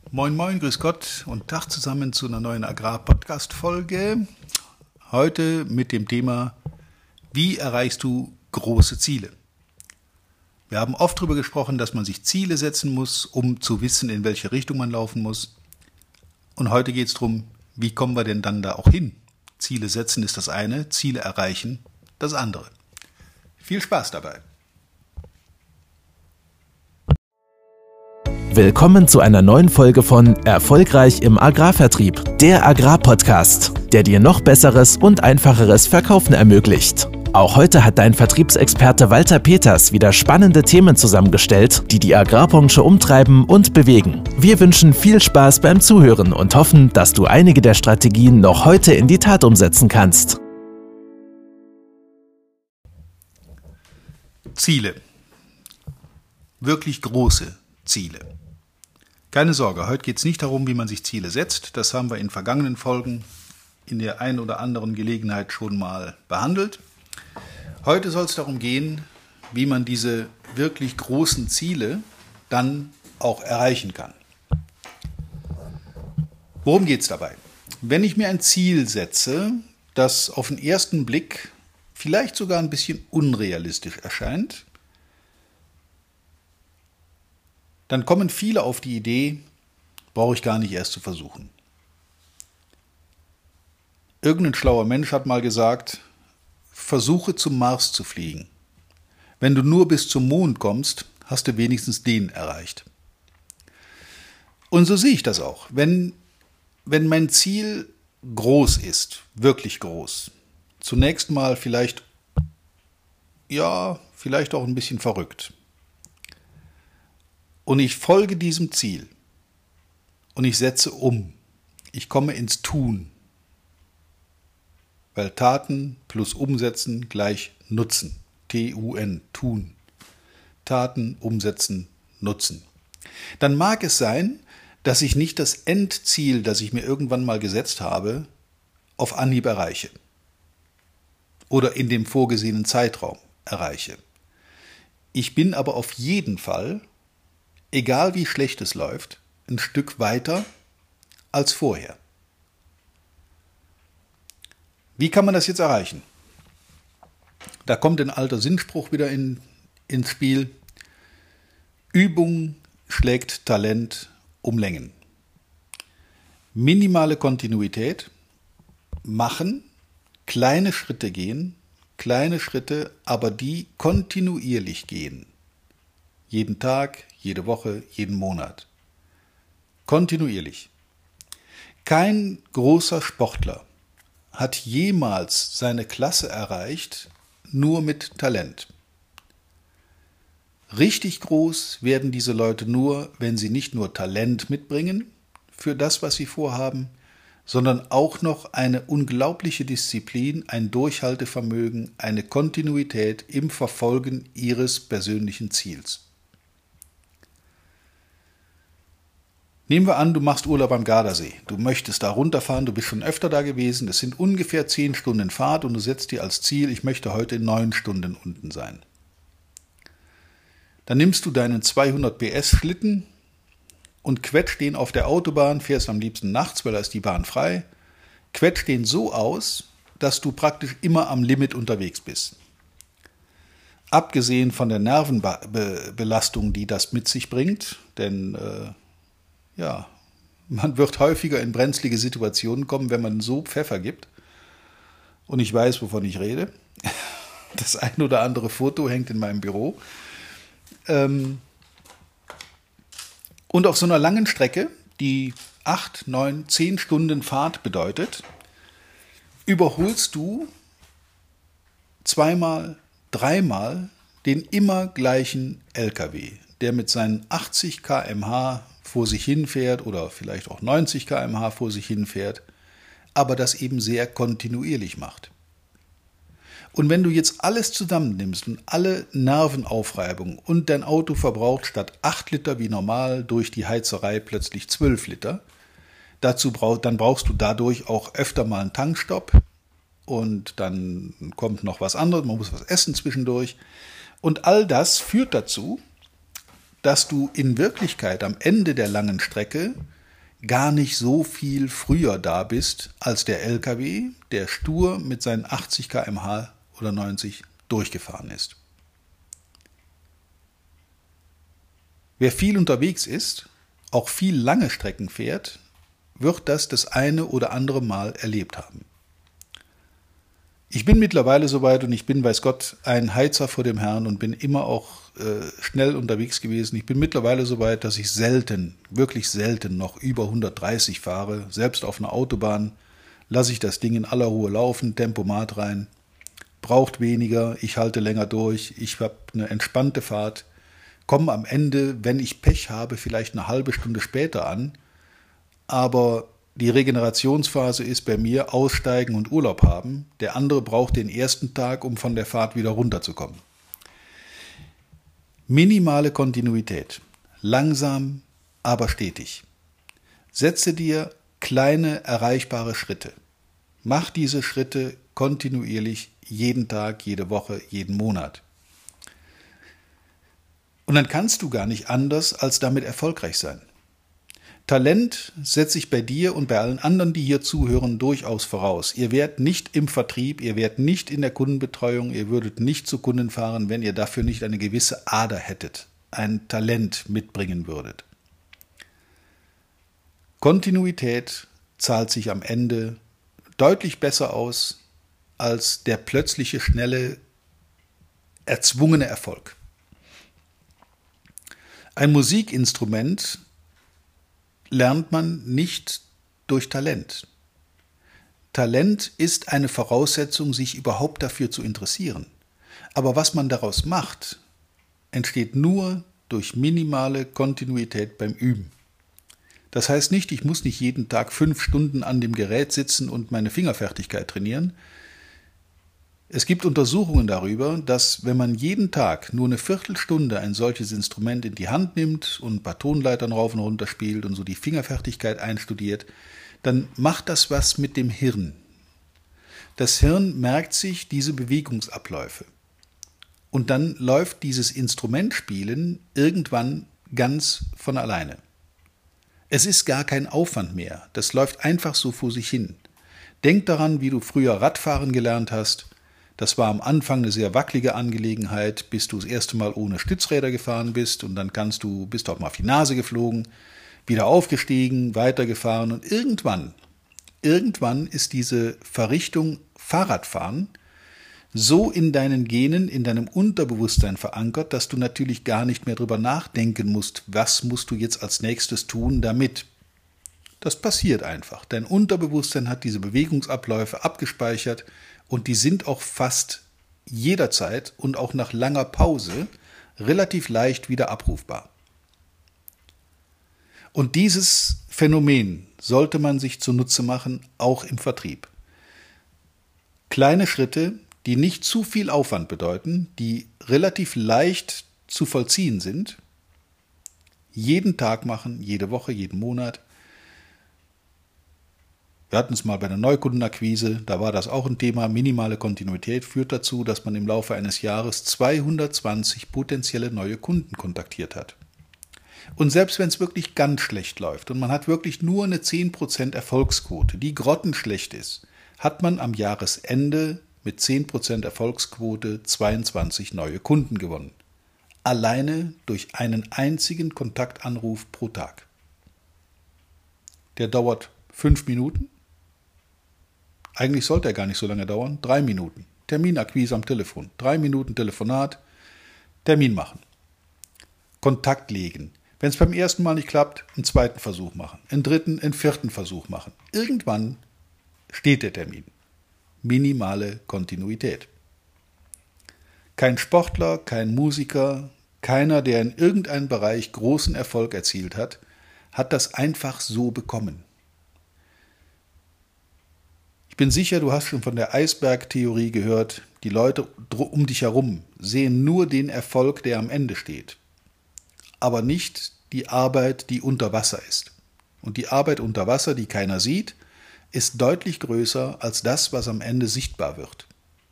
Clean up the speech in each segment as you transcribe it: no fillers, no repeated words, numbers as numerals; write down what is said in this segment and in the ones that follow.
Moin Moin, grüß Gott und Tag zusammen zu einer neuen Agrar-Podcast-Folge. Heute mit dem Thema: Wie erreichst du große Ziele? Wir haben oft darüber gesprochen, dass man sich Ziele setzen muss, um zu wissen, in welche Richtung man laufen muss. Und heute geht es darum, wie kommen wir denn dann da auch hin? Ziele setzen ist das eine, Ziele erreichen das andere. Viel Spaß dabei! Willkommen zu einer neuen Folge von Erfolgreich im Agrarvertrieb, der Agrarpodcast, der dir noch besseres und einfacheres Verkaufen ermöglicht. Auch heute hat dein Vertriebsexperte Walter Peters wieder spannende Themen zusammengestellt, die die Agrarbranche umtreiben und bewegen. Wir wünschen viel Spaß beim Zuhören und hoffen, dass du einige der Strategien noch heute in die Tat umsetzen kannst. Ziele. Wirklich große Ziele. Keine Sorge, heute geht es nicht darum, wie man sich Ziele setzt. Das haben wir in vergangenen Folgen in der einen oder anderen Gelegenheit schon mal behandelt. Heute soll es darum gehen, wie man diese wirklich großen Ziele dann auch erreichen kann. Worum geht es dabei? Wenn ich mir ein Ziel setze, das auf den ersten Blick vielleicht sogar ein bisschen unrealistisch erscheint, dann kommen viele auf die Idee, brauche ich gar nicht erst zu versuchen. Irgendein schlauer Mensch hat mal gesagt, versuche zum Mars zu fliegen. Wenn du nur bis zum Mond kommst, hast du wenigstens den erreicht. Und so sehe ich das auch. Wenn mein Ziel groß ist, wirklich groß, zunächst mal vielleicht auch ein bisschen verrückt, und ich folge diesem Ziel und ich setze um. Ich komme ins Tun. Weil Taten plus Umsetzen gleich Nutzen. T-U-N, tun. Taten, umsetzen, nutzen. Dann mag es sein, dass ich nicht das Endziel, das ich mir irgendwann mal gesetzt habe, auf Anhieb erreiche. Oder in dem vorgesehenen Zeitraum erreiche. Ich bin aber auf jeden Fall, egal wie schlecht es läuft, ein Stück weiter als vorher. Wie kann man das jetzt erreichen? Da kommt ein alter Sinnspruch wieder ins Spiel. Übung schlägt Talent um Längen. Minimale Kontinuität, machen, kleine Schritte gehen, kleine Schritte, aber die kontinuierlich gehen. Jeden Tag, jede Woche, jeden Monat. Kontinuierlich. Kein großer Sportler hat jemals seine Klasse erreicht, nur mit Talent. Richtig groß werden diese Leute nur, wenn sie nicht nur Talent mitbringen für das, was sie vorhaben, sondern auch noch eine unglaubliche Disziplin, ein Durchhaltevermögen, eine Kontinuität im Verfolgen ihres persönlichen Ziels. Nehmen wir an, du machst Urlaub am Gardasee. Du möchtest da runterfahren, du bist schon öfter da gewesen. Das sind ungefähr 10 Stunden Fahrt und du setzt dir als Ziel, ich möchte heute 9 Stunden unten sein. Dann nimmst du deinen 200 PS Schlitten und quetscht den auf der Autobahn, fährst am liebsten nachts, weil da ist die Bahn frei, quetscht den so aus, dass du praktisch immer am Limit unterwegs bist. Abgesehen von der Nervenbelastung, die das mit sich bringt, denn man wird häufiger in brenzlige Situationen kommen, wenn man so Pfeffer gibt. Und ich weiß, wovon ich rede. Das ein oder andere Foto hängt in meinem Büro. Und auf so einer langen Strecke, die 8, 9, 10 Stunden Fahrt bedeutet, überholst du 2-mal, 3-mal den immer gleichen LKW, der mit seinen 80 km/h vor sich hinfährt oder vielleicht auch 90 km/h vor sich hinfährt, aber das eben sehr kontinuierlich macht. Und wenn du jetzt alles zusammennimmst und alle Nervenaufreibung und dein Auto verbraucht statt 8 Liter wie normal durch die Heizerei plötzlich 12 Liter, dann brauchst du dadurch auch öfter mal einen Tankstopp und dann kommt noch was anderes, man muss was essen zwischendurch. Und all das führt dazu, dass du in Wirklichkeit am Ende der langen Strecke gar nicht so viel früher da bist als der LKW, der stur mit seinen 80 km/h oder 90 durchgefahren ist. Wer viel unterwegs ist, auch viel lange Strecken fährt, wird das eine oder andere Mal erlebt haben. Ich bin mittlerweile soweit und ich bin, weiß Gott, ein Heizer vor dem Herrn und bin immer auch schnell unterwegs gewesen. Ich bin mittlerweile soweit, dass ich selten, wirklich selten noch über 130 fahre. Selbst auf einer Autobahn lasse ich das Ding in aller Ruhe laufen, Tempomat rein, braucht weniger, ich halte länger durch, ich habe eine entspannte Fahrt, komme am Ende, wenn ich Pech habe, vielleicht eine halbe Stunde später an, aber die Regenerationsphase ist bei mir aussteigen und Urlaub haben. Der andere braucht den ersten Tag, um von der Fahrt wieder runterzukommen. Minimale Kontinuität. Langsam, aber stetig. Setze dir kleine, erreichbare Schritte. Mach diese Schritte kontinuierlich jeden Tag, jede Woche, jeden Monat. Und dann kannst du gar nicht anders, als damit erfolgreich sein. Talent setze ich bei dir und bei allen anderen, die hier zuhören, durchaus voraus. Ihr wärt nicht im Vertrieb, ihr wärt nicht in der Kundenbetreuung, ihr würdet nicht zu Kunden fahren, wenn ihr dafür nicht eine gewisse Ader hättet, ein Talent mitbringen würdet. Kontinuität zahlt sich am Ende deutlich besser aus als der plötzliche, schnelle, erzwungene Erfolg. Ein Musikinstrument lernt man nicht durch Talent. Talent ist eine Voraussetzung, sich überhaupt dafür zu interessieren. Aber was man daraus macht, entsteht nur durch minimale Kontinuität beim Üben. Das heißt nicht, ich muss nicht jeden Tag 5 Stunden an dem Gerät sitzen und meine Fingerfertigkeit trainieren. Es gibt Untersuchungen darüber, dass wenn man jeden Tag nur eine Viertelstunde ein solches Instrument in die Hand nimmt und ein paar Tonleitern rauf und runter spielt und so die Fingerfertigkeit einstudiert, dann macht das was mit dem Hirn. Das Hirn merkt sich diese Bewegungsabläufe. Und dann läuft dieses Instrumentspielen irgendwann ganz von alleine. Es ist gar kein Aufwand mehr. Das läuft einfach so vor sich hin. Denk daran, wie du früher Radfahren gelernt hast. Das war am Anfang eine sehr wackelige Angelegenheit, bis du das erste Mal ohne Stützräder gefahren bist und dann bist du auch mal auf die Nase geflogen, wieder aufgestiegen, weitergefahren und irgendwann ist diese Verrichtung Fahrradfahren so in deinen Genen, in deinem Unterbewusstsein verankert, dass du natürlich gar nicht mehr drüber nachdenken musst, was musst du jetzt als nächstes tun damit. Das passiert einfach. Dein Unterbewusstsein hat diese Bewegungsabläufe abgespeichert und die sind auch fast jederzeit und auch nach langer Pause relativ leicht wieder abrufbar. Und dieses Phänomen sollte man sich zunutze machen, auch im Vertrieb. Kleine Schritte, die nicht zu viel Aufwand bedeuten, die relativ leicht zu vollziehen sind, jeden Tag machen, jede Woche, jeden Monat. Wir hatten es mal bei der Neukundenakquise, da war das auch ein Thema. Minimale Kontinuität führt dazu, dass man im Laufe eines Jahres 220 potenzielle neue Kunden kontaktiert hat. Und selbst wenn es wirklich ganz schlecht läuft und man hat wirklich nur eine 10% Erfolgsquote, die grottenschlecht ist, hat man am Jahresende mit 10% Erfolgsquote 22 neue Kunden gewonnen. Alleine durch einen einzigen Kontaktanruf pro Tag. Der dauert 5 Minuten. Eigentlich sollte er gar nicht so lange dauern. 3 Minuten. Terminakquise am Telefon. 3 Minuten Telefonat. Termin machen. Kontakt legen. Wenn es beim ersten Mal nicht klappt, einen zweiten Versuch machen. Einen dritten, einen vierten Versuch machen. Irgendwann steht der Termin. Minimale Kontinuität. Kein Sportler, kein Musiker, keiner, der in irgendeinem Bereich großen Erfolg erzielt hat, hat das einfach so bekommen. Ich bin sicher, du hast schon von der Eisbergtheorie gehört. Die Leute um dich herum sehen nur den Erfolg, der am Ende steht, aber nicht die Arbeit, die unter Wasser ist. Und die Arbeit unter Wasser, die keiner sieht, ist deutlich größer als das, was am Ende sichtbar wird.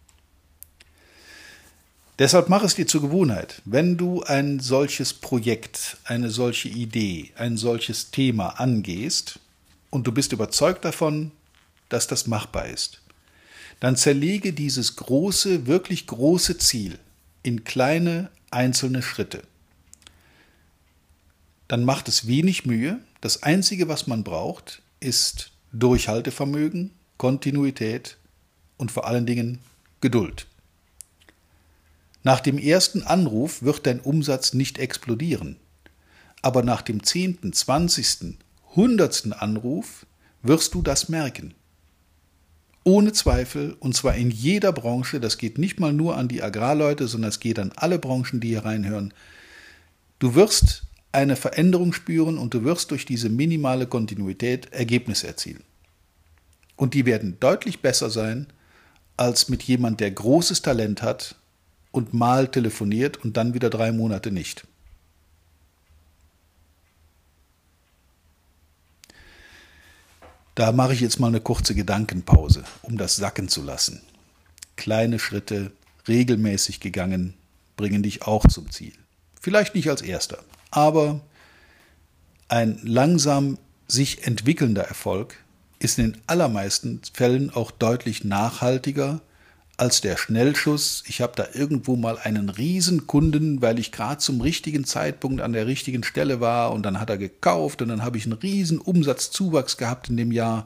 Deshalb mach es dir zur Gewohnheit, wenn du ein solches Projekt, eine solche Idee, ein solches Thema angehst, und du bist überzeugt davon, dass das machbar ist, dann zerlege dieses große, wirklich große Ziel in kleine einzelne Schritte. Dann macht es wenig Mühe. Das Einzige, was man braucht, ist Durchhaltevermögen, Kontinuität und vor allen Dingen Geduld. Nach dem ersten Anruf wird dein Umsatz nicht explodieren, aber nach dem 10., 20., 100. Anruf wirst du das merken. Ohne Zweifel, und zwar in jeder Branche, das geht nicht mal nur an die Agrarleute, sondern es geht an alle Branchen, die hier reinhören. Du wirst eine Veränderung spüren und du wirst durch diese minimale Kontinuität Ergebnisse erzielen. Und die werden deutlich besser sein, als mit jemand, der großes Talent hat und mal telefoniert und dann wieder 3 Monate nicht. Da mache ich jetzt mal eine kurze Gedankenpause, um das sacken zu lassen. Kleine Schritte, regelmäßig gegangen, bringen dich auch zum Ziel. Vielleicht nicht als erster, aber ein langsam sich entwickelnder Erfolg ist in den allermeisten Fällen auch deutlich nachhaltiger als der Schnellschuss. Ich habe da irgendwo mal einen Riesenkunden, weil ich gerade zum richtigen Zeitpunkt an der richtigen Stelle war und dann hat er gekauft und dann habe ich einen riesen Umsatzzuwachs gehabt in dem Jahr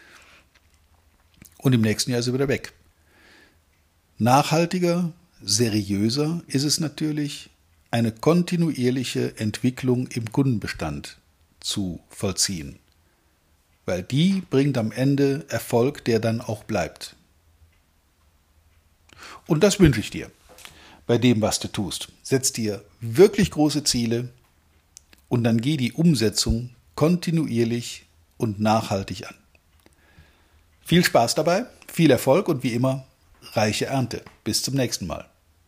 und im nächsten Jahr ist er wieder weg. Nachhaltiger, seriöser ist es natürlich, eine kontinuierliche Entwicklung im Kundenbestand zu vollziehen, weil die bringt am Ende Erfolg, der dann auch bleibt. Und das wünsche ich dir bei dem, was du tust. Setz dir wirklich große Ziele und dann geh die Umsetzung kontinuierlich und nachhaltig an. Viel Spaß dabei, viel Erfolg und wie immer, reiche Ernte. Bis zum nächsten Mal.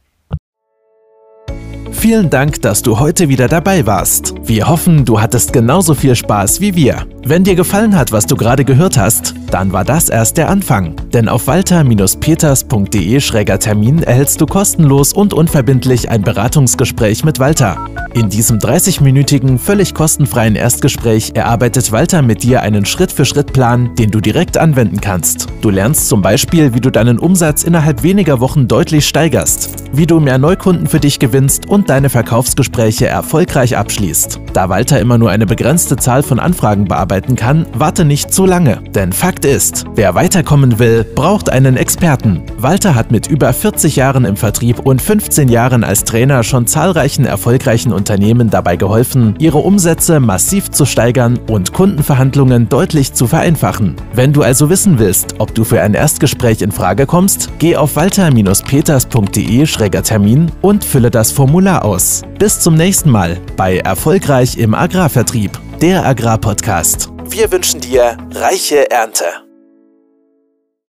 Vielen Dank, dass du heute wieder dabei warst. Wir hoffen, du hattest genauso viel Spaß wie wir. Wenn dir gefallen hat, was du gerade gehört hast, dann war das erst der Anfang. Denn auf walter-peters.de/Termin erhältst du kostenlos und unverbindlich ein Beratungsgespräch mit Walter. In diesem 30-minütigen, völlig kostenfreien Erstgespräch erarbeitet Walter mit dir einen Schritt-für-Schritt-Plan, den du direkt anwenden kannst. Du lernst zum Beispiel, wie du deinen Umsatz innerhalb weniger Wochen deutlich steigerst, wie du mehr Neukunden für dich gewinnst und deine Verkaufsgespräche erfolgreich abschließt. Da Walter immer nur eine begrenzte Zahl von Anfragen bearbeiten kann, warte nicht zu lange. Denn Fakt ist, wer weiterkommen will, braucht einen Experten. Walter hat mit über 40 Jahren im Vertrieb und 15 Jahren als Trainer schon zahlreichen erfolgreichen Unternehmen dabei geholfen, ihre Umsätze massiv zu steigern und Kundenverhandlungen deutlich zu vereinfachen. Wenn du also wissen willst, ob du für ein Erstgespräch in Frage kommst, geh auf walter-peters.de/Termin und fülle das Formular aus. Bis zum nächsten Mal bei Erfolgreich im Agrarvertrieb, der Agrarpodcast. Wir wünschen dir reiche Ernte.